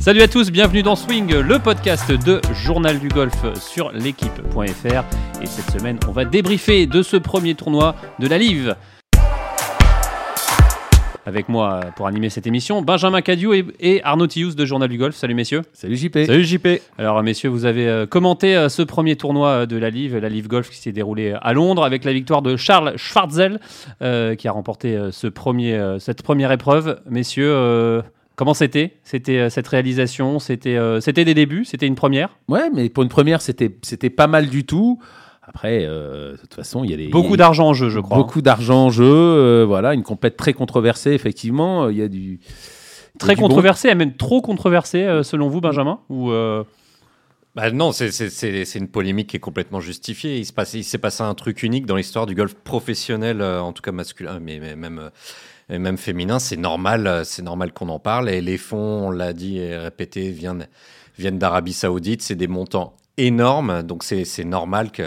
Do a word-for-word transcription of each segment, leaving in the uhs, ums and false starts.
Salut à tous, bienvenue dans Swing, le podcast de Journal du Golf sur l'équipe point f r. Et cette semaine, on va débriefer de ce premier tournoi de la Live. Avec moi pour animer cette émission, Benjamin Cadieux et, et Arnaud Tillous de Journal du Golf. Salut messieurs. Salut J P. Salut J P. Alors messieurs, vous avez euh, commenté euh, ce premier tournoi de la Live, la Live Golf qui s'est déroulée à Londres avec la victoire de Charles Schwartzel euh, qui a remporté euh, ce premier, euh, cette première épreuve. Messieurs, euh, comment c'était, c'était euh, cette réalisation, c'était, euh, c'était des débuts, c'était une première. Ouais, mais pour une première, c'était, c'était pas mal du tout. Après, euh, de toute façon, il y a des... Beaucoup d'argent en jeu, je crois. Beaucoup d'argent en jeu, euh, voilà, une compète très controversée, effectivement. Il y a du... Très controversée, bon. Même trop controversée, euh, selon vous, Benjamin ou euh... bah non, c'est, c'est, c'est, c'est une polémique qui est complètement justifiée. Il, se passe, il s'est passé un truc unique dans l'histoire du golf professionnel, euh, en tout cas masculin, mais, mais même, euh, même féminin. C'est normal, euh, c'est normal qu'on en parle. Et les fonds, on l'a dit et répété, viennent, viennent d'Arabie Saoudite. C'est des montants énorme, donc c'est, c'est normal que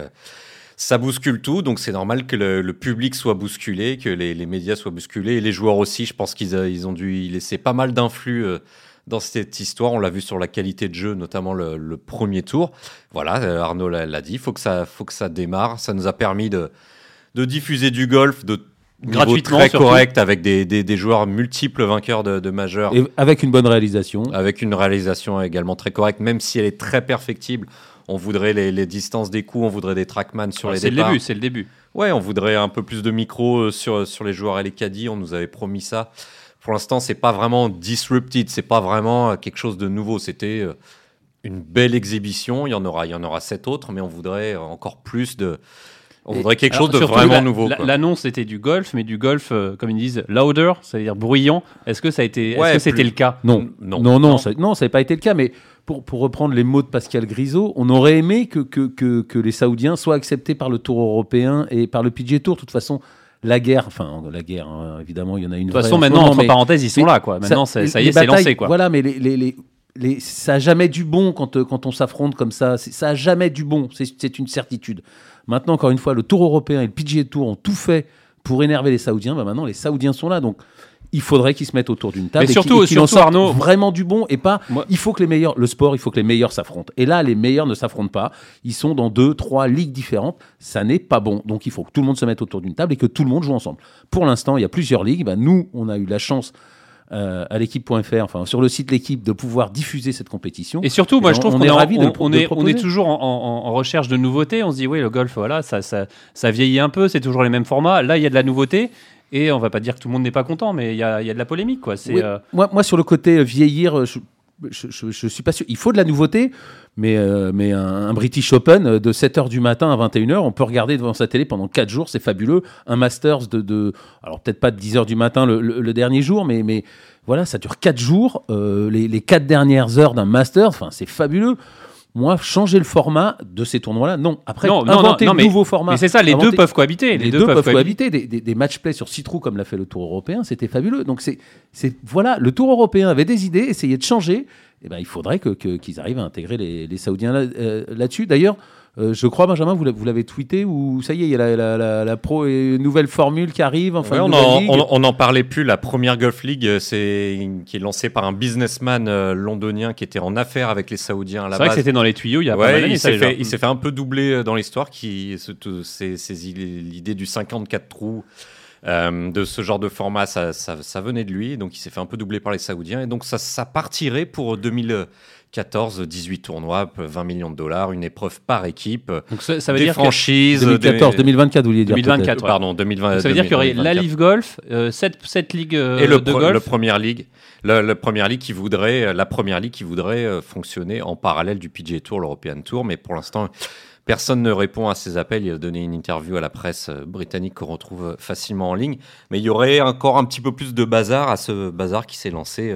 ça bouscule tout, donc c'est normal que le, le public soit bousculé, que les, les médias soient bousculés, et les joueurs aussi. Je pense qu'ils a, ils ont dû y laisser pas mal d'influx euh, dans cette histoire. On l'a vu sur la qualité de jeu, notamment le, le premier tour. Voilà, euh, Arnaud l'a, l'a dit, il faut que ça, faut que ça démarre. Ça nous a permis de, de diffuser du golf, de gratuitement, très surtout. Correct, avec des, des, des joueurs multiples vainqueurs de, de majeurs. Et avec une bonne réalisation. Avec une réalisation également très correcte, même si elle est très perfectible. On voudrait les, les distances des coups, on voudrait des trackman sur ouais, les c'est départs. C'est le début, c'est le début. Ouais, on voudrait un peu plus de micro sur, sur les joueurs et les caddies, on nous avait promis ça. Pour l'instant, c'est pas vraiment disrupted, c'est pas vraiment quelque chose de nouveau. C'était une belle exhibition, il y en aura, il y en aura sept autres, mais on voudrait encore plus de... On voudrait quelque alors, chose de vraiment la, nouveau. La, quoi. L'annonce c'était du golf, mais du golf, euh, comme ils disent, louder, c'est-à-dire bruyant. Est-ce que ça a été, ouais, est-ce que c'était plus... le cas ? Non, non, non, non, ça, non, ça n'a pas été le cas. Mais pour, pour reprendre les mots de Pascal Grisot, on aurait aimé que, que, que, que les Saoudiens soient acceptés par le Tour européen et par le P G A Tour. De toute façon, la guerre, enfin la guerre, hein, évidemment, il y en a une. De toute façon, maintenant, moment, entre mais, parenthèses, ils sont là, quoi. Maintenant, ça, ça y est, c'est batailles, lancé, quoi. Voilà, mais les, les, les, les, ça n'a jamais du bon quand, quand on s'affronte comme ça. C'est, ça n'a jamais du bon, c'est, c'est une certitude. Maintenant, encore une fois, le Tour européen et le P G A Tour ont tout fait pour énerver les Saoudiens. Ben maintenant, les Saoudiens sont là, donc il faudrait qu'ils se mettent autour d'une table. Mais et surtout, qu'ils, et qu'ils surtout en sortent Arnaud, vraiment du bon et pas. Moi... Il faut que les meilleurs, le sport, il faut que les meilleurs s'affrontent. Et là, les meilleurs ne s'affrontent pas. Ils sont dans deux, trois ligues différentes. Ça n'est pas bon. Donc, il faut que tout le monde se mette autour d'une table et que tout le monde joue ensemble. Pour l'instant, il y a plusieurs ligues. Ben, nous, on a eu la chance. Euh, à l'équipe point f r, enfin sur le site l'équipe, de pouvoir diffuser cette compétition. Et surtout, moi, et je trouve on qu'on est, ravis de, on, de est, on est toujours en, en, en recherche de nouveautés. On se dit, oui, le golf, voilà, ça, ça, ça vieillit un peu, c'est toujours les mêmes formats. Là, il y a de la nouveauté. Et on va pas dire que tout le monde n'est pas content, mais il y a, y a de la polémique, quoi. C'est, oui. euh... moi, moi, sur le côté vieillir, je, je, je, je suis pas sûr. Il faut de la nouveauté, mais, euh, mais un, un British Open de sept heures du matin à vingt et une heures, on peut regarder devant sa télé pendant quatre jours, c'est fabuleux. Un Masters de, de alors peut-être pas de dix heures du matin le, le, le dernier jour, mais, mais voilà, ça dure quatre jours. Euh, les, les quatre dernières heures d'un Masters, enfin, c'est fabuleux. Moi, changer le format de ces tournois-là, non. Après, non, inventer non, non, de nouveaux formats. Mais c'est ça, les inventer, deux peuvent cohabiter. Les, les deux, deux peuvent cohabiter. cohabiter. Des, des, des match-play sur six trous, comme l'a fait le Tour européen, c'était fabuleux. Donc, c'est, c'est, voilà, le Tour européen avait des idées, essayait de changer. Eh ben, il faudrait que, que, qu'ils arrivent à intégrer les, les Saoudiens là, euh, là-dessus. D'ailleurs, euh, je crois, Benjamin, vous l'avez, vous l'avez tweeté, ou ça y est, il y a la, la, la, la pro et nouvelle formule qui arrive. Enfin, ouais, on, en, on, on en parlait plus. La première Golf League, c'est, qui est lancée par un businessman euh, londonien qui était en affaires avec les Saoudiens à la c'est base. C'est vrai que c'était dans les tuyaux il y a ouais, pas mal d'années. Il s'est, fait, il s'est fait un peu doubler dans l'histoire. Qui, c'est, c'est l'idée du cinquante-quatre trous. Euh, de ce genre de format, ça, ça, ça venait de lui, donc il s'est fait un peu doubler par les Saoudiens, et donc ça, ça partirait pour deux mille quatorze, dix-huit tournois, vingt millions de dollars, une épreuve par équipe, donc ça, ça veut des dire franchises. deux mille quatorze, des... deux mille vingt-quatre, vous vouliez dire. deux mille vingt-quatre, ouais. Pardon, deux mille vingt. Donc ça veut dire qu'il y aurait la Live Golf, euh, sept, sept ligues euh, et le de pro, golf. Le Premier League, le, le Premier League qui voudrait, la Première Ligue qui voudrait euh, fonctionner en parallèle du P G A Tour, l'European Tour, mais pour l'instant. Personne ne répond à ces appels. Il a donné une interview à la presse britannique qu'on retrouve facilement en ligne. Mais il y aurait encore un petit peu plus de bazar à ce bazar qui s'est lancé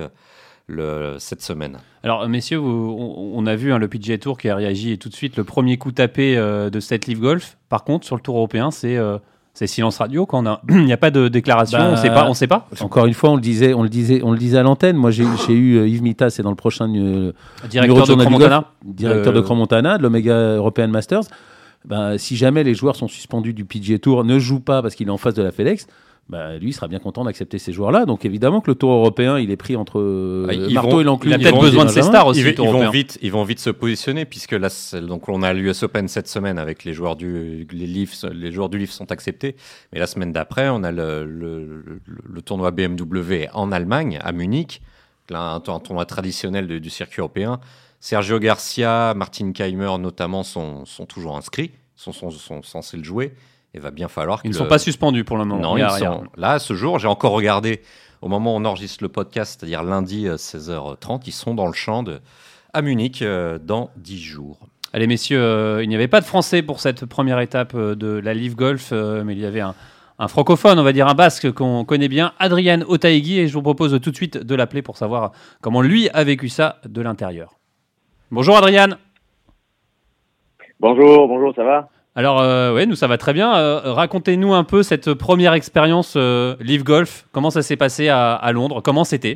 le, cette semaine. Alors, messieurs, vous, on, on a vu hein, le P G A Tour qui a réagi tout de suite. Le premier coup tapé euh, de cette Live Golf. Par contre, sur le Tour européen, c'est... Euh, C'est silence radio quand on a, il n'y a pas de déclaration, bah, on sait pas, on sait pas. Encore une fois, on le disait, on le disait, on le disait à l'antenne. Moi, j'ai, j'ai eu euh, Yves Mita, c'est dans le prochain euh, directeur de Crans-Montana, directeur euh... de Crans-Montana, de l'Omega European Masters. Ben, si jamais les joueurs sont suspendus du P G A Tour, ne jouent pas parce qu'il est en face de la FedEx. bah, lui, il sera bien content d'accepter ces joueurs-là. Donc évidemment que le Tour européen, il est pris entre Bah, euh, ils marteau vont- et l'enclume. Il a des peut-être grands besoin de ses Benjamins. stars aussi. Ils, le ils Tour vont européen. vite, ils vont vite se positionner puisque là, c'est- donc on a l'U S Open cette semaine avec les joueurs du, les livres, les joueurs du livre sont acceptés. Mais la semaine d'après, on a le, le, le, le tournoi B M W en Allemagne, à Munich, là, un, un tournoi traditionnel de- du circuit européen. Sergio Garcia, Martin Keimer notamment sont, sont toujours inscrits, sont, sont, sont censés le jouer. Il va bien falloir que Ils ne le- sont pas suspendus pour le moment. Non, Il y ils a rien. sont là ce jour. J'ai encore regardé au moment où on enregistre le podcast, c'est-à-dire lundi euh, seize heures trente. Ils sont dans le champ de, à Munich euh, dans dix jours. Allez messieurs, euh, il n'y avait pas de Français pour cette première étape euh, de la Live Golf, euh, mais il y avait un, un francophone, on va dire un basque qu'on connaît bien, Adrian Otaegui, et je vous propose tout de suite de l'appeler pour savoir comment lui a vécu ça de l'intérieur. Bonjour Adrian. Bonjour, bonjour, ça va? Alors euh, ouais, nous ça va très bien. Euh, racontez-nous un peu cette première expérience euh, Live Golf. Comment ça s'est passé à, à Londres? Comment c'était?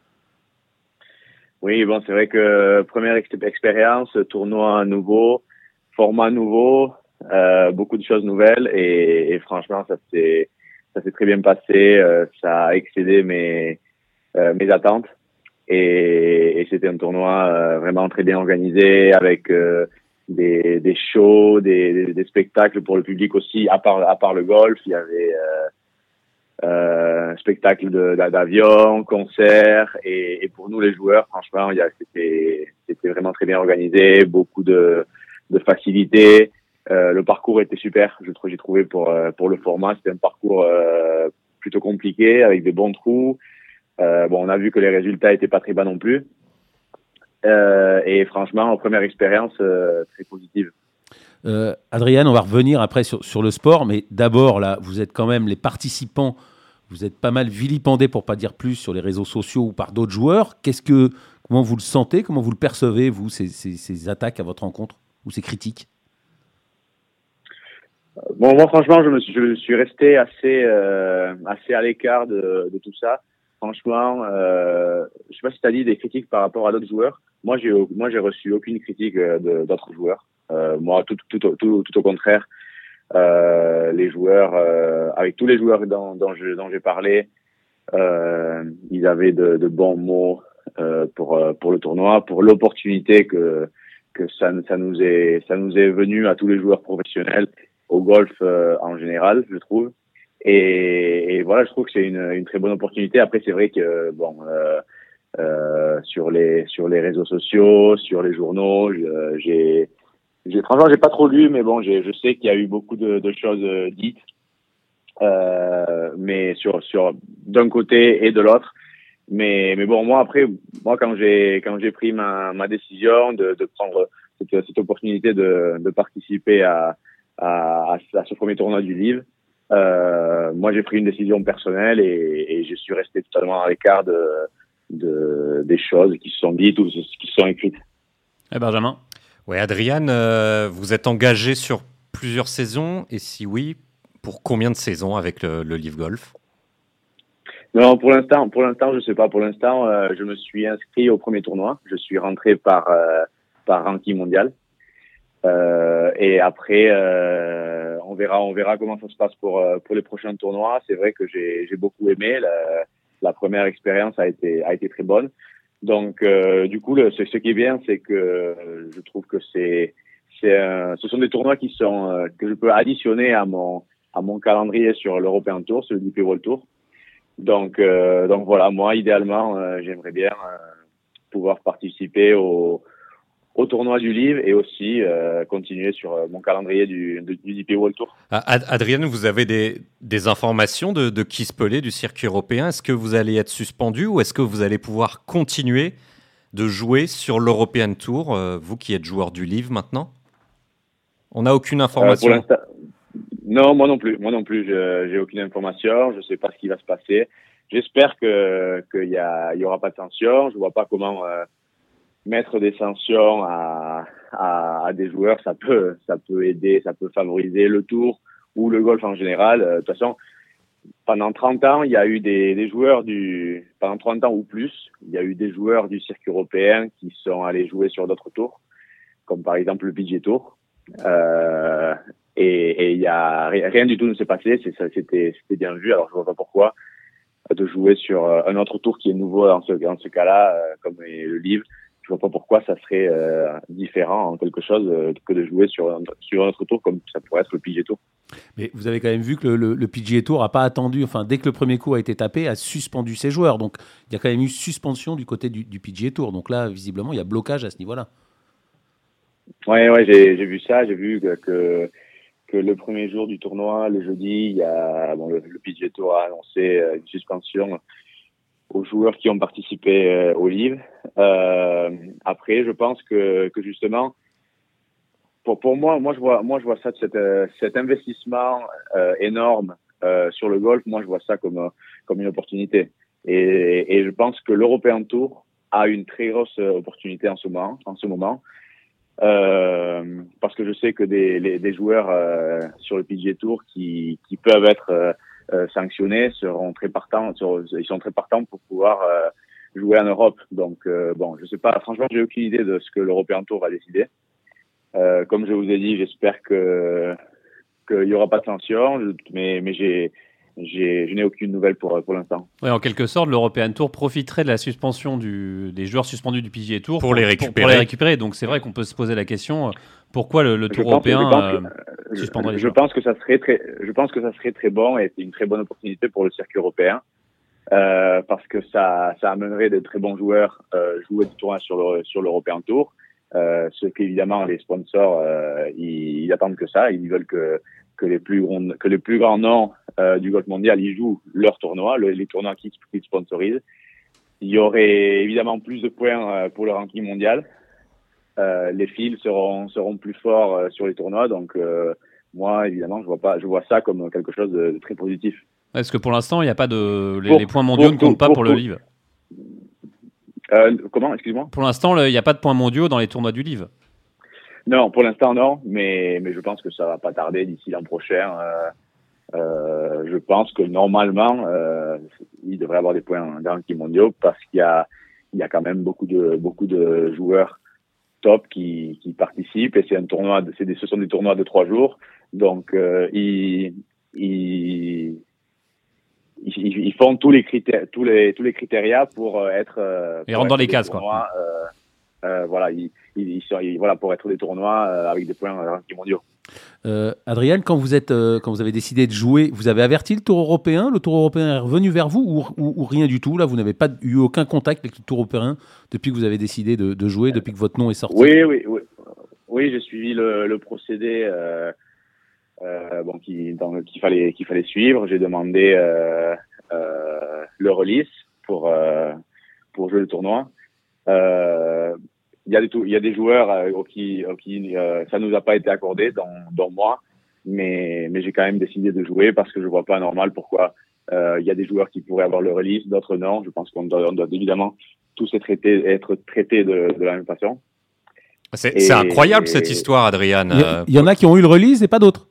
Oui, bon, c'est vrai que première ex- expérience, tournoi nouveau, format nouveau, euh, beaucoup de choses nouvelles et, et franchement, ça s'est ça s'est très bien passé. Euh, ça a excédé mes euh, mes attentes et, et c'était un tournoi euh, vraiment très bien organisé avec euh, des des shows, des, des des spectacles pour le public aussi. À part à part le golf, il y avait euh, Euh, spectacle de, d'avion, concert et, et pour nous les joueurs, franchement, il y a, c'était, c'était vraiment très bien organisé, beaucoup de, de facilité. Euh, le parcours était super, je trouve, j'ai trouvé pour euh, pour le format, c'était un parcours euh, plutôt compliqué avec des bons trous. Euh, bon, on a vu que les résultats étaient pas très bas non plus. Euh, et franchement, en première expérience, euh, très positive. Euh, Adrien, on va revenir après sur, sur le sport, mais d'abord, là, vous êtes quand même les participants, vous êtes pas mal vilipendés, pour pas dire plus, sur les réseaux sociaux ou par d'autres joueurs. Qu'est-ce que, comment vous le sentez, comment vous le percevez, vous, ces, ces, ces attaques à votre rencontre ou ces critiques? Bon, moi, franchement, je me suis, je suis resté assez, euh, assez à l'écart de, de tout ça. Franchement, euh, je sais pas si tu as dit des critiques par rapport à d'autres joueurs. Moi, j'ai, moi, j'ai reçu aucune critique euh, de, d'autres joueurs. Euh, moi, tout, tout, tout, tout au contraire. Euh, les joueurs, euh, avec tous les joueurs dont, dont, je, dont j'ai parlé, euh, ils avaient de, de bons mots euh, pour, pour le tournoi, pour l'opportunité que, que ça, ça nous est, ça nous est venu à tous les joueurs professionnels, au golf euh, en général, je trouve. Et, et voilà, je trouve que c'est une, une très bonne opportunité. Après, c'est vrai que bon, euh, euh, sur les sur les réseaux sociaux, sur les journaux, je, j'ai, j'ai franchement, j'ai pas trop lu, mais bon, j'ai, je sais qu'il y a eu beaucoup de, de choses euh, dites, euh, mais sur sur d'un côté et de l'autre. Mais mais bon, moi après, moi quand j'ai quand j'ai pris ma ma décision de de prendre cette cette opportunité de de participer à à, à ce premier tournoi du livre. Euh, moi, j'ai pris une décision personnelle et, et je suis resté totalement à l'écart de, de, des choses qui se sont dites ou qui se sont écrites. Eh Benjamin. Ouais, Adrian, euh, vous êtes engagé sur plusieurs saisons et si oui, pour combien de saisons avec le, le Live Golf? Non, pour l'instant, pour l'instant, je sais pas. Pour l'instant, euh, je me suis inscrit au premier tournoi. Je suis rentré par euh, par ranking mondial. Euh, et après, euh, on verra, on verra comment ça se passe pour euh, pour les prochains tournois. C'est vrai que j'ai j'ai beaucoup aimé. La, la première expérience a été a été très bonne. Donc, euh, du coup, le, ce, ce qui est bien, c'est que euh, je trouve que c'est c'est un, ce sont des tournois qui sont euh, que je peux additionner à mon à mon calendrier sur l'European Tour, sur le D P World Tour. Donc euh, donc voilà, moi idéalement, euh, j'aimerais bien euh, pouvoir participer au au tournoi du livre et aussi euh, continuer sur euh, mon calendrier du, du, du D P World Tour. Ad- Adrien, vous avez des, des informations de, de qui se pelait du circuit européen? Est-ce que vous allez être suspendu ou est-ce que vous allez pouvoir continuer de jouer sur l'European Tour, euh, vous qui êtes joueur du livre maintenant? On n'a aucune information. Euh, pour l'instant, non, moi non plus. Moi non plus, je j'ai aucune information. Je sais pas ce qui va se passer. J'espère que qu'il y a il y aura pas de sanction. Je vois pas comment euh, mettre des sanctions à, à, à des joueurs, ça peut, ça peut aider, ça peut favoriser le tour ou le golf en général. De toute façon, pendant trente ans, il y a eu des, des joueurs du, pendant trente ans ou plus, il y a eu des joueurs du circuit européen qui sont allés jouer sur d'autres tours, comme par exemple le P G A Tour. Euh, et il y a rien, rien du tout ne s'est passé. C'est, ça, c'était, c'était bien vu. Alors je vois pas pourquoi de jouer sur un autre tour qui est nouveau dans ce, dans ce cas-là, euh, comme le livre. Je vois pas pourquoi ça serait euh, différent en quelque chose euh, que de jouer sur un, sur un autre tour comme ça pourrait être le P G A Tour. Mais vous avez quand même vu que le, le, le P G A Tour a pas attendu, enfin dès que le premier coup a été tapé, a suspendu ses joueurs. Donc il y a quand même eu suspension du côté du, du P G A Tour. Donc là, visiblement, il y a blocage à ce niveau-là. Ouais, ouais, j'ai, j'ai vu ça. J'ai vu que, que que le premier jour du tournoi, le jeudi, il y a bon le, le P G A Tour a annoncé euh, une suspension aux joueurs qui ont participé euh, au livre. Euh, après, je pense que, que justement, pour, pour moi, moi je vois, moi je vois ça, cet, euh, cet investissement euh, énorme euh, sur le golf. Moi, je vois ça comme comme une opportunité. Et, et je pense que l'European Tour a une très grosse opportunité en ce moment, en ce moment, euh, parce que je sais que des les, des joueurs euh, sur le P G A Tour qui qui peuvent être euh, Euh, sanctionnés seront très partants, sur, ils sont très partants pour pouvoir euh, jouer en Europe. Donc euh, bon, je sais pas, franchement, j'ai aucune idée de ce que l'European Tour va décider. Euh, comme je vous ai dit, j'espère que qu'il y aura pas de sanction, mais mais j'ai j'ai je n'ai aucune nouvelle pour pour l'instant. Ouais, en quelque sorte, l'European Tour profiterait de la suspension du, des joueurs suspendus du P G A Tour pour, pour les récupérer. Pour, pour les récupérer. Donc c'est vrai qu'on peut se poser la question pourquoi le, le Tour je pense, européen je pense euh, suspendrait je, les je joueurs. pense que ça serait très je pense que ça serait très bon et c'est une très bonne opportunité pour le circuit européen euh, parce que ça ça amènerait de très bons joueurs euh, jouer du tournoi sur le sur l'European Tour. Euh, ce qu'évidemment les sponsors euh, ils, ils attendent que ça, ils veulent que que les plus grands que les plus grands noms euh, du golf mondial ils jouent leur tournoi, le, les tournois qu'ils qui sponsorisent. Il y aurait évidemment plus de points euh, pour le ranking mondial. Euh, les fils seront seront plus forts euh, sur les tournois, donc euh, moi évidemment je vois pas je vois ça comme quelque chose de, de très positif. Est-ce que pour l'instant il n'y a pas de les, pour, les points mondiaux pour, ne comptent pas pour, pour, pour le Live? Euh, comment, excuse-moi? Pour l'instant, il n'y a pas de points mondiaux dans les tournois du Live. Non, pour l'instant non, mais mais je pense que ça va pas tarder d'ici l'an prochain. Euh, euh, je pense que normalement, euh, il devrait avoir des points dans les mondiaux parce qu'il y a il y a quand même beaucoup de beaucoup de joueurs top qui qui participent et c'est un tournoi, c'est des, ce sont des tournois de trois jours, donc euh, ils ils Ils, ils font tous les critères, tous les tous les critérias pour euh, être. Euh, ils rentrent dans les cases, tournois, quoi. Euh, euh, voilà, ils, ils, ils, sont, ils, voilà, pour être des tournois euh, avec des points euh, mondiaux. Euh, Adrien, quand vous êtes, euh, quand vous avez décidé de jouer, vous avez averti le Tour européen. Le Tour européen est revenu vers vous ou, ou, ou rien du tout? Là, vous n'avez pas eu aucun contact avec le Tour européen depuis que vous avez décidé de, de jouer, depuis que votre nom est sorti. Oui, oui, oui. Oui, j'ai suivi le, le procédé. Euh, Euh, bon, qui, dans, qu'il fallait qu'il fallait suivre. J'ai demandé euh, euh, le release pour euh, pour jouer le tournoi. Euh, Il y a des il y a des joueurs euh, qui qui euh, ça nous a pas été accordé, dont dont moi, mais mais j'ai quand même décidé de jouer parce que je vois pas normal pourquoi euh, il y a des joueurs qui pourraient avoir le release, d'autres non. Je pense qu'on doit, on doit évidemment tous être traités être traités de, de la même façon. C'est, c'est incroyable cette histoire, Adrien. Il y, il y en a qui ont eu le release et pas d'autres.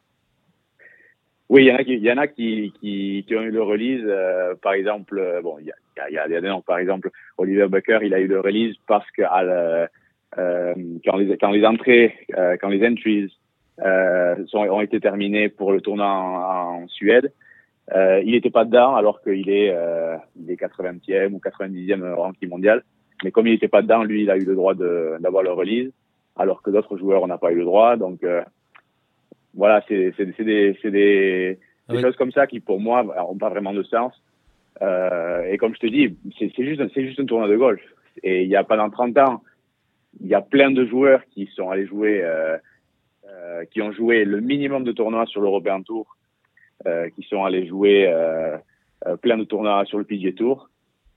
Oui, il y en a qui, il y en a qui, qui, qui ont eu le release. Euh, par exemple, euh, bon, il y a, il y a, il y a des noms. Par exemple, Oliver Becker, il a eu le release parce que à le, euh, quand les quand les entrées, euh, quand les entries euh, sont, ont été terminées pour le tournoi en, en Suède, euh, il n'était pas dedans alors qu'il est euh, il est quatre-vingtième ou quatre-vingt-dixième ranking mondial. Mais comme il n'était pas dedans, lui, il a eu le droit de d'avoir le release, alors que d'autres joueurs n'ont pas eu le droit. Donc euh, Voilà, c'est, c'est, c'est des, c'est des, des oui. choses comme ça qui, pour moi, n'ont pas vraiment de sens. Euh, et comme je te dis, c'est, c'est juste, c'est juste un tournoi de golf. Et il y a pendant trente ans, il y a plein de joueurs qui sont allés jouer, euh, euh, qui ont joué le minimum de tournois sur l'European Tour, euh, qui sont allés jouer euh, euh, plein de tournois sur le P G A Tour.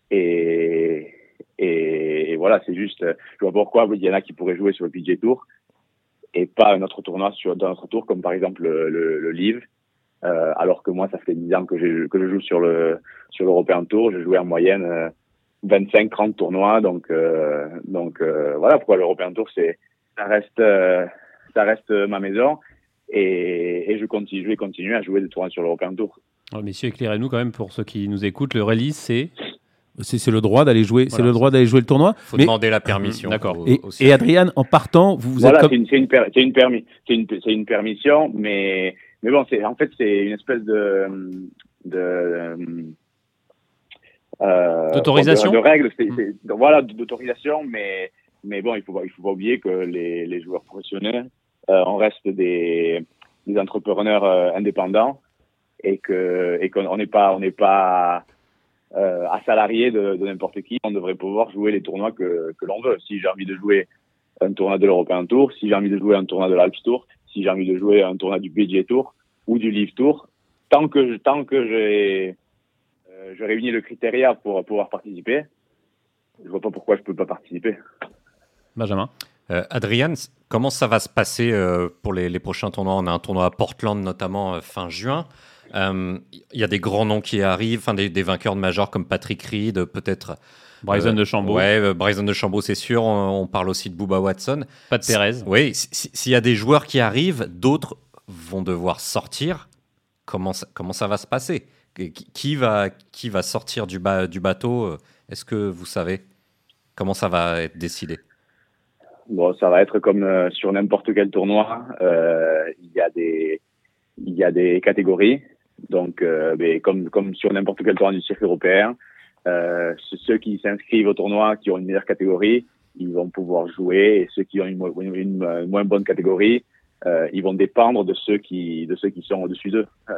Et, et, et voilà, c'est juste, je vois pourquoi il y en a qui pourraient jouer sur le P G A Tour et pas un autre tournoi sur dans notre tour comme par exemple le, le, le Live, euh, alors que moi ça fait dix ans que je que je joue sur le sur l'European Tour. J'ai joué en moyenne euh, vingt-cinq trente tournois, donc euh, donc euh, voilà pourquoi l'European Tour c'est ça reste euh, ça reste ma maison et, et je continue je vais continuer à jouer des tournois sur l'European Tour. Alors, messieurs, éclairez-nous quand même pour ceux qui nous écoutent. Le release, c'est C'est, c'est le droit d'aller jouer. Voilà, c'est le droit d'aller jouer le tournoi. Il faut Mais, demander la permission. D'accord. au- et, au et circuit. Adrian, en partant, vous, vous Voilà, êtes comme... c'est une, c'est une, per- c'est une permis, c'est une, c'est une permission, mais, mais bon, c'est, en fait, c'est une espèce de, de, euh, D'autorisation de, de règles, c'est, Mm. c'est- de- voilà, d'autorisation, mais, mais bon, il faut, pas- il faut pas oublier que les, les joueurs professionnels, euh, on reste des, des entrepreneurs euh, indépendants et que, et qu'on on n'est pas, on n'est pas, euh, à salarié de, de n'importe qui. On devrait pouvoir jouer les tournois que, que l'on veut. Si j'ai envie de jouer un tournoi de l'European Tour, si j'ai envie de jouer un tournoi de l'Alps Tour, si j'ai envie de jouer un tournoi du P G A Tour ou du Live Tour, tant que je, tant que j'ai euh, je réunis le critère pour pouvoir participer, je vois pas pourquoi je peux pas participer. Benjamin. Euh, Adrien, c- comment ça va se passer euh, pour les, les prochains tournois? On a un tournoi à Portland notamment euh, fin juin. Il y a des grands noms qui arrivent, enfin des, des vainqueurs de major comme Patrick Reed, peut-être. Bryson euh, de Chambaud. Ouais, euh, Bryson de Chambaud, c'est sûr. On, on parle aussi de Bubba Watson. Pas de Pérez. Oui, si- si- s'il y a des joueurs qui arrivent, d'autres vont devoir sortir. Comment ça, comment ça va se passer? Qui, qui va, qui va sortir du, ba- du bateau? euh, Est-ce que vous savez comment ça va être décidé? Bon, ça va être comme euh, sur n'importe quel tournoi. Euh, il y a des, il y a des catégories. Donc, euh, mais comme comme sur n'importe quel tournoi du circuit européen, euh, ceux qui s'inscrivent au tournoi, qui ont une meilleure catégorie, ils vont pouvoir jouer. Et ceux qui ont une, mo- une, une, une moins bonne catégorie, euh, ils vont dépendre de ceux qui de ceux qui sont au-dessus d'eux. Euh,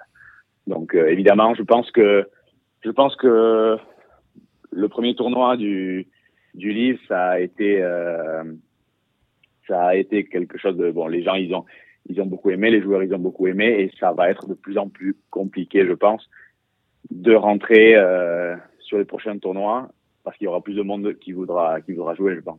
donc, euh, évidemment, je pense que je pense que le premier tournoi du du livre, ça a été euh, ça a été quelque chose de bon. Les gens, ils ont ils ont beaucoup aimé, les joueurs, ils ont beaucoup aimé, et ça va être de plus en plus compliqué, je pense, de rentrer euh, sur les prochains tournois parce qu'il y aura plus de monde qui voudra qui voudra jouer, je pense.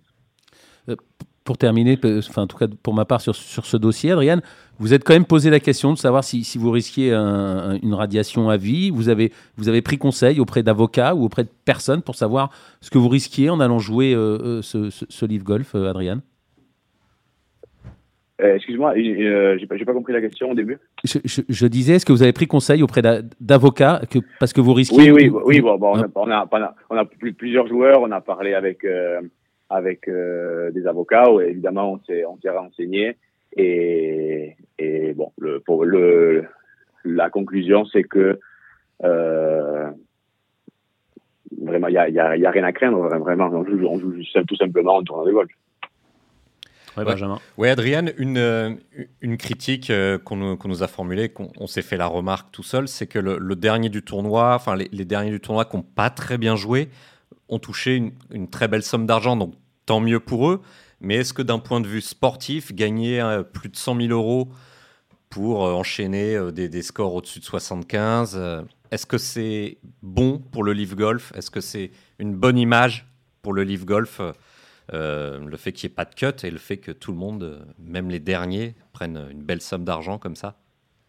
Pour terminer, pe- enfin, en tout cas pour ma part sur, sur ce dossier, Adrien, vous êtes quand même posé la question de savoir si, si vous risquiez un- un- une radiation à vie. Vous avez, vous avez pris conseil auprès d'avocats ou auprès de personnes pour savoir ce que vous risquiez en allant jouer euh, euh, ce, ce, ce Live Golf, euh, Adrien. Euh, excuse-moi, euh, j'ai pas j'ai pas compris la question au début. Je, je- je disais, est-ce que vous avez pris conseil auprès d'a- d'avocats que, parce que vous risquiez... Oui, oui, vous- oui. vous- Bon, bon, on, Ah. a, on, a, on, a, on a plus- plusieurs joueurs. On a parlé avec euh, avec euh, des avocats. Où, évidemment, on s'est on s'est renseigné et et bon, le pour le la conclusion, c'est que euh, vraiment, il y a, y a, y a rien à craindre. Vraiment, on joue, on joue juste, tout simplement un tournoi de golf. Ouais, Ouais. Benjamin. Oui, Adrien, une, euh, une critique euh, qu'on nous, qu'on nous a formulée, qu'on on s'est fait la remarque tout seul, c'est que le, le dernier du tournoi, enfin les, les derniers du tournoi qui n'ont pas très bien joué, ont touché une, une très belle somme d'argent, donc tant mieux pour eux. Mais est-ce que d'un point de vue sportif, gagner euh, plus de cent mille euros pour euh, enchaîner euh, des, des scores au-dessus de soixante-quinze, euh, est-ce que c'est bon pour le Live Golf? Est-ce que c'est une bonne image pour le Live Golf? Euh, le fait qu'il n'y ait pas de cut et le fait que tout le monde, euh, même les derniers, prennent une belle somme d'argent comme ça?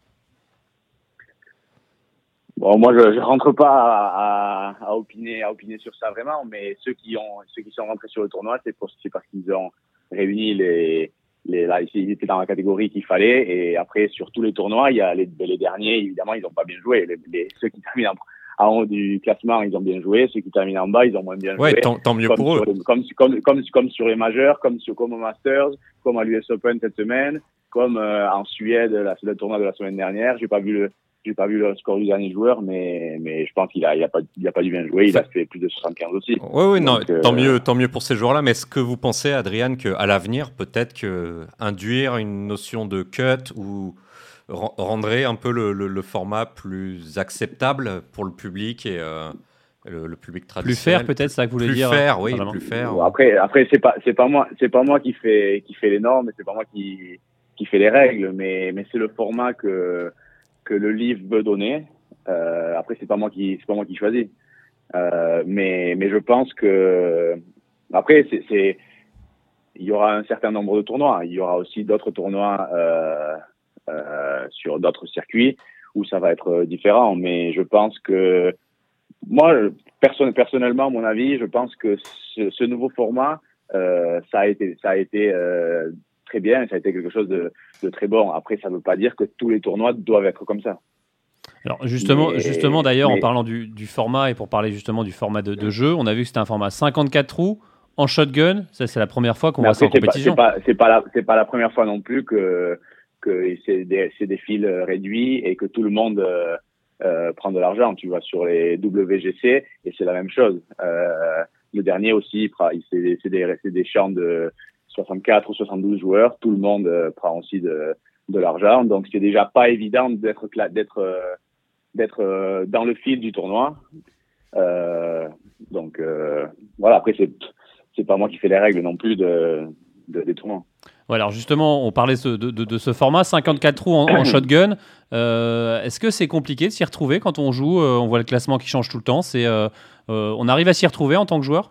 Bon, moi, je, je rentre pas à, à, à opiner, à opiner sur ça vraiment, mais ceux qui ont, ceux qui sont rentrés sur le tournoi, c'est pour, c'est parce qu'ils ont réuni les, les, là, ils étaient dans la catégorie qu'il fallait, et après, sur tous les tournois, il y a les, les derniers, évidemment, ils n'ont pas bien joué. Les, les, ceux qui terminent en, en haut du classement, ils ont bien joué. Ceux qui terminent en bas, ils ont moins bien Ouais, joué. tant, tant mieux Comme pour eux. sur les- comme, comme, comme, comme sur les majeurs, comme sur, comme au Masters, comme à l'U S Open cette semaine, comme euh, en Suède, la, le tournoi de la semaine dernière. J'ai pas vu le, j'ai pas vu le score du dernier joueur, mais, mais je pense qu'il a, il a pas, il a pas dû bien jouer. Il a fait plus de soixante-quinze aussi. Oui, oui, non, Donc, euh, tant mieux, tant mieux pour ces joueurs-là. Mais est-ce que vous pensez, Adrien, qu'à l'avenir, peut-être que induire une notion de cut ou ren- rendrait un peu le, le- le format plus acceptable pour le public et euh, le, le public Plus traditionnel? faire, peut-être, c'est ça que vous voulez Plus dire. faire, oui, Benjamin. plus faire. Bon, après, après, c'est pas, c'est pas moi, c'est pas moi qui fait, qui fait les normes, et c'est pas moi qui, qui fait les règles, mais, mais c'est le format que, que le livre veut donner. Euh, après, c'est pas moi qui, c'est pas moi qui choisis. Euh, mais, mais je pense que, après, c'est, c'est, il y aura un certain nombre de tournois. Il y aura aussi d'autres tournois, euh, euh, sur d'autres circuits où ça va être différent. Mais je pense que, moi, perso- personnellement, à mon avis, je pense que ce, ce nouveau format, euh, ça a été, ça a été euh, très bien, et ça a été quelque chose de, de très bon. Après, ça ne veut pas dire que tous les tournois doivent être comme ça. Alors justement, Mais- justement d'ailleurs, en mais- parlant du, du format et pour parler justement du format de, de jeu, on a vu que c'était un format cinquante-quatre trous en shotgun. Ça, c'est la première fois qu'on Mais voit ça en après, c'est pas, compétition. c'est pas, c'est pas la, c'est pas la première fois non plus que, que c'est des, c'est des fils réduits et que tout le monde euh, euh, prend de l'argent. Tu vois, sur les W G C, et c'est la même chose. Euh, le dernier aussi, il prend- c'est, des- c'est des, c'est des champs de soixante-quatre ou soixante-douze joueurs. Tout le monde euh, prend aussi de, de l'argent. Donc, c'est déjà pas évident d'être, cla- d'être, euh, d'être euh, dans le fil du tournoi. Euh, donc, euh, voilà. Après, c'est, c'est pas moi qui fais les règles non plus de, de des tournois. Ouais, alors justement, on parlait ce- de, de- de ce format, cinquante-quatre trous en, en shotgun. Euh, est-ce que c'est compliqué de s'y retrouver quand on joue? Euh, On voit le classement qui change tout le temps. C'est, euh, euh, on arrive à s'y retrouver en tant que joueur?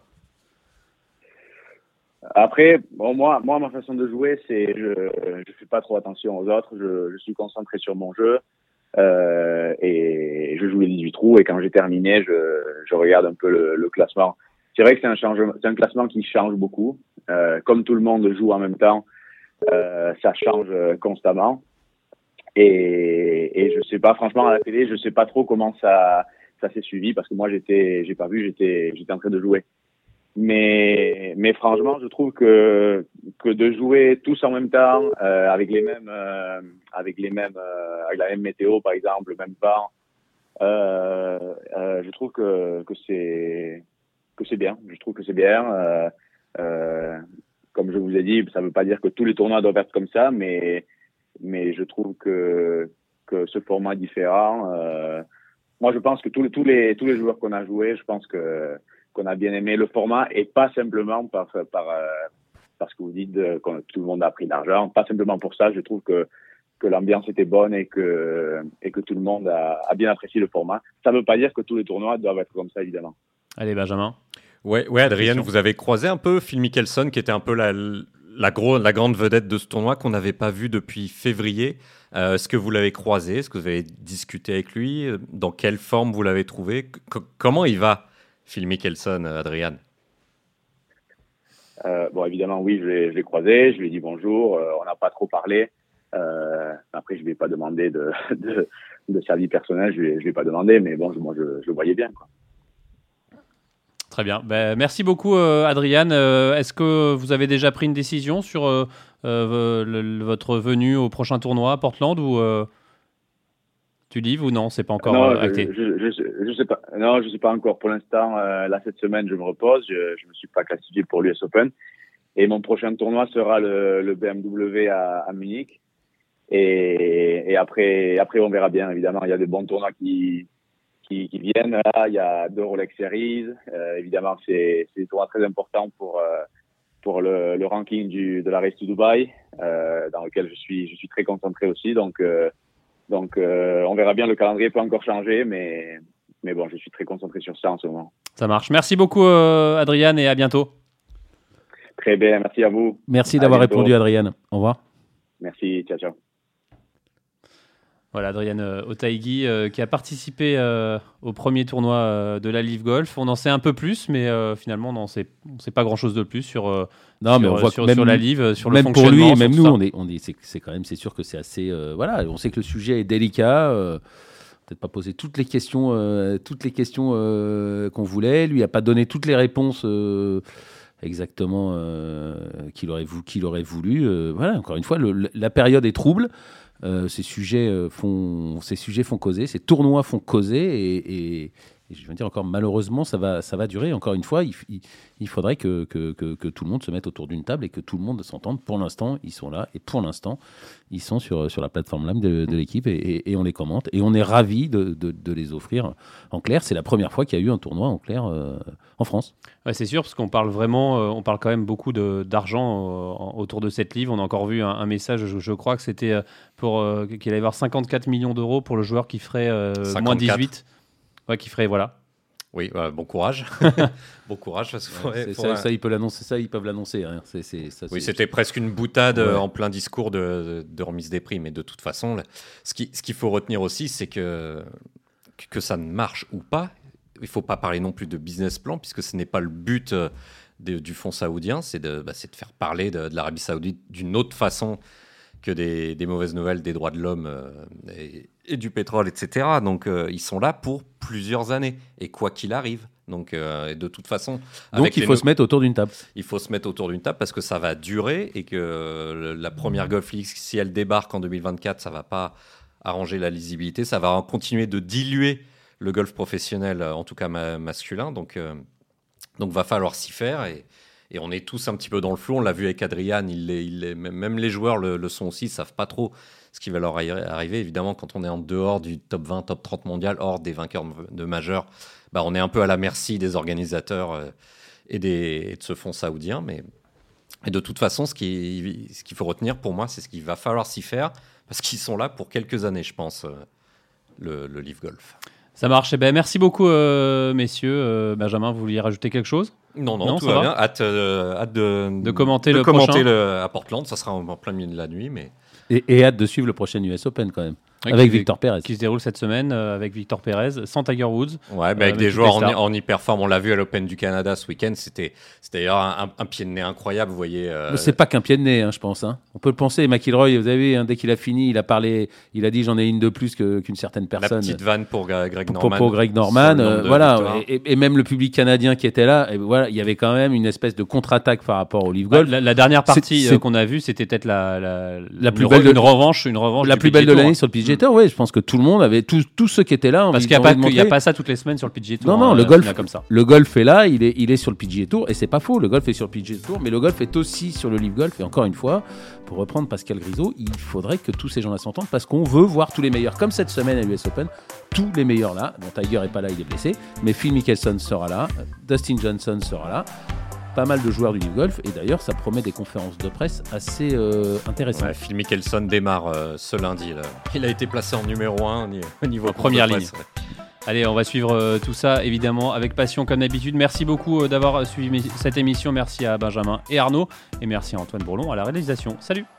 Après, bon, moi, moi, ma façon de jouer, c'est je je fais pas trop attention aux autres. Je, je suis concentré sur mon jeu euh, et je joue les dix-huit trous. Et quand j'ai terminé, je, je regarde un peu le, le classement. C'est vrai que c'est un changement, c'est un classement qui change beaucoup. Euh, comme tout le monde joue en même temps, euh, ça change constamment. Et, et je sais pas, franchement, à la télé, je sais pas trop comment ça ça s'est suivi parce que moi, j'étais, j'ai pas vu, j'étais, j'étais en train de jouer. Mais, mais franchement, je trouve que que de jouer tous en même temps, euh, avec les mêmes, euh, avec les mêmes, euh, avec la même météo, par exemple, le même vent, euh, euh, je trouve que que c'est que c'est bien. Je trouve que c'est bien. Euh, euh, comme je vous ai dit, ça ne veut pas dire que tous les tournois doivent être comme ça, mais mais je trouve que que ce format est différent. Euh, moi, je pense que tous les tous les tous les joueurs qu'on a joués, je pense que qu'on a bien aimé le format et pas simplement par par euh, parce que vous dites euh, que tout le monde a pris de l'argent, pas simplement pour ça. Je trouve que que l'ambiance était bonne et que et que tout le monde a, a bien apprécié le format. Ça ne veut pas dire que tous les tournois doivent être comme ça, évidemment. Allez, Benjamin. Ouais, ouais, Adrien, Question. vous avez croisé un peu Phil Mickelson, qui était un peu la, la, gros, la grande vedette de ce tournoi qu'on n'avait pas vu depuis février. Euh, est-ce que vous l'avez croisé? Est-ce que vous avez discuté avec lui? Dans quelle forme vous l'avez trouvé? C- Comment il va, Phil Mickelson, Adrien? Euh, bon, évidemment, oui, je l'ai, je l'ai croisé, je lui ai dit bonjour. Euh, on n'a pas trop parlé. Euh, après, je ne lui ai pas demandé de, de, de sa vie personnelle, je ne lui ai pas demandé, mais bon, je, moi, je, je le voyais bien, quoi. Très bien. Ben, merci beaucoup, euh, Adrien. Euh, est-ce que vous avez déjà pris une décision sur euh, euh, le- le- votre venue au prochain tournoi à Portland ou euh, tu livres ou non? C'est pas encore non, euh, acté. je, je, je, je sais pas. Non, je sais pas encore. Pour l'instant, euh, là, cette semaine, je me repose. Je, je me suis pas classifié pour l'U S Open. Et mon prochain tournoi sera le, le B M W à, à Munich. Et, et après, après, on verra bien, évidemment. Il y a des bons tournois qui, qui, qui viennent. Là, il y a deux Rolex Series. Euh, évidemment, c'est, c'est des tournois très importants pour, euh, pour le, le ranking du, de la Race to Dubai, euh, dans lequel je suis, je suis très concentré aussi. Donc, euh, donc, euh, on verra bien. Le calendrier peut encore changer, mais, mais bon, je suis très concentré sur ça en ce moment. Ça marche. Merci beaucoup, euh, Adrien, et à bientôt. Très bien, merci à vous. Merci À d'avoir bientôt. répondu, Adrien. Au revoir. Merci, ciao, ciao. Voilà, Adrien euh, Otaegui euh, qui a participé euh, au premier tournoi euh, de la Live Golf. On en sait un peu plus, mais euh, finalement, on n'en sait, on sait pas grand-chose de plus sur, euh, Non, sur, mais on voit sur, que même, sur la Live, sur le même pour fonctionnement. lui et sur même tout nous, ça. on est, on est, c'est, c'est quand même, c'est sûr que c'est assez, euh, voilà, on sait que le sujet est délicat. Euh, peut-être pas poser toutes les questions, euh, toutes les questions euh, qu'on voulait. Lui a pas donné toutes les réponses euh, exactement euh, qu'il aurait voulu. Qu'il aurait voulu. Euh, voilà, encore une fois, le, le- la période est trouble. Euh, ces sujets euh, font, ces sujets font causer, ces tournois font causer, et, et, et je veux dire encore, malheureusement, ça va, ça va durer. Encore une fois, il, il, il faudrait que, que, que, que tout le monde se mette autour d'une table et que tout le monde s'entende. Pour l'instant, ils sont là, et pour l'instant, ils sont sur, sur la plateforme LAM de, de l'équipe, et, et, et on les commente, et on est ravis de, de, de les offrir en clair. C'est la première fois qu'il y a eu un tournoi en clair euh, en France. Ouais, c'est sûr, parce qu'on parle vraiment, euh, on parle quand même beaucoup de, d'argent euh, en- autour de cette livre. On a encore vu un, un message, je, je crois que c'était euh, pour euh, qu'il allait y avoir cinquante-quatre millions d'euros pour le joueur qui ferait euh, moins cinquante-quatre. dix-huit. Ouais, qui ferait, voilà. Oui, euh, bon courage. Bon courage. Parce que, ouais, C'est faut ça, un- ça, ils peuvent l'annoncer. Ça, ils peuvent l'annoncer. Hein. C'est, c'est, ça, Oui, c'est- c'était presque une boutade euh, Ouais. en plein discours de, de remise des prix. Mais de toute façon, là, ce, qui, ce qu'il faut retenir aussi, c'est que, que ça ne marche ou pas, il ne faut pas parler non plus de business plan, puisque ce n'est pas le but euh, de- du fonds saoudien, c'est de, bah, c'est de faire parler de, de l'Arabie saoudite d'une autre façon que des, des mauvaises nouvelles des droits de l'homme euh, et, et du pétrole, et cetera. Donc, euh, ils sont là pour plusieurs années, et quoi qu'il arrive. Donc, euh, de toute façon... Donc, il faut no... se mettre autour d'une table. Il faut se mettre autour d'une table parce que ça va durer et que euh, la première Golf League, si elle débarque en deux mille vingt-quatre, ça ne va pas arranger la lisibilité. Ça va continuer de diluer le golf professionnel, en tout cas ma- masculin. Donc, euh, donc, va falloir s'y faire. Et, et on est tous un petit peu dans le flou. On l'a vu avec Adrian. Il est, il est, même les joueurs le, le sont aussi. Ils ne savent pas trop ce qui va leur arriver. Évidemment, quand on est en dehors du top vingt, top trente mondial, hors des vainqueurs de majeurs, bah, on est un peu à la merci des organisateurs euh, et, des, et de ce fonds saoudien. Mais et de toute façon, ce, qui, ce qu'il faut retenir pour moi, c'est ce qu'il va falloir s'y faire parce qu'ils sont là pour quelques années, je pense, euh, le, le Live Golf. Ça marche. Eh ben, merci beaucoup, euh, messieurs. Euh, Benjamin, vous vouliez rajouter quelque chose ? Non, non, non, tout va va bien. Hâte, euh, hâte de, de commenter, de le, commenter prochain. le à Portland. Ça sera en, en plein milieu de la nuit. Mais... Et, et hâte de suivre le prochain U S Open quand même. Ouais, avec qui, Victor Pérez. Qui se déroule cette semaine euh, avec Victor Pérez, sans Tiger Woods. Ouais, bah euh, avec des joueurs en, en hyper forme. On l'a vu à l'Open du Canada ce week-end. C'était, c'était d'ailleurs un, un pied de nez incroyable. Vous voyez. Euh... Mais c'est pas qu'un pied de nez, hein, je pense. Hein. On peut le penser. McIlroy, vous avez vu, hein, dès qu'il a fini, il a parlé, il a dit j'en ai une de plus que, qu'une certaine personne. La petite vanne pour Greg Norman. Pour, pour Greg Norman, euh, voilà. Et, et même le public canadien qui était là, et voilà, il y avait quand même une espèce de contre-attaque par rapport au Live Golf. La, la dernière partie c'est, c'est... qu'on a vue, c'était peut-être la, la, la plus une, belle re, de... une revanche, une revanche. La plus belle de l'année sur le P G A Tour. Oui, je pense que tout le monde avait, tous, tous ceux qui étaient là. Parce qu'il n'y a, a pas ça toutes les semaines sur le P G A Tour. Non, non, hein, le golf, comme ça. le golf est là, il est, il est sur le P G A Tour, et c'est pas faux. Le golf est sur le P G A Tour, mais le golf est aussi sur le Live Golf. Et encore une fois, pour reprendre Pascal Grisot, il faudrait que tous ces gens-là s'entendent parce qu'on veut voir tous les meilleurs. Comme cette semaine à l'U S Open, tous les meilleurs là. Bon, Tiger est pas là, il est blessé, mais Phil Mickelson sera là, Dustin Johnson sera là. Pas mal de joueurs du Live Golf, et d'ailleurs ça promet des conférences de presse assez euh, intéressantes. Ouais, Phil Mickelson démarre euh, ce lundi là. Il a été placé en numéro un au niveau première ligne. Presse, ouais. Allez, on va suivre euh, tout ça évidemment avec passion comme d'habitude. Merci beaucoup euh, d'avoir suivi cette émission. Merci à Benjamin et Arnaud, et merci à Antoine Bourlon à la réalisation. Salut.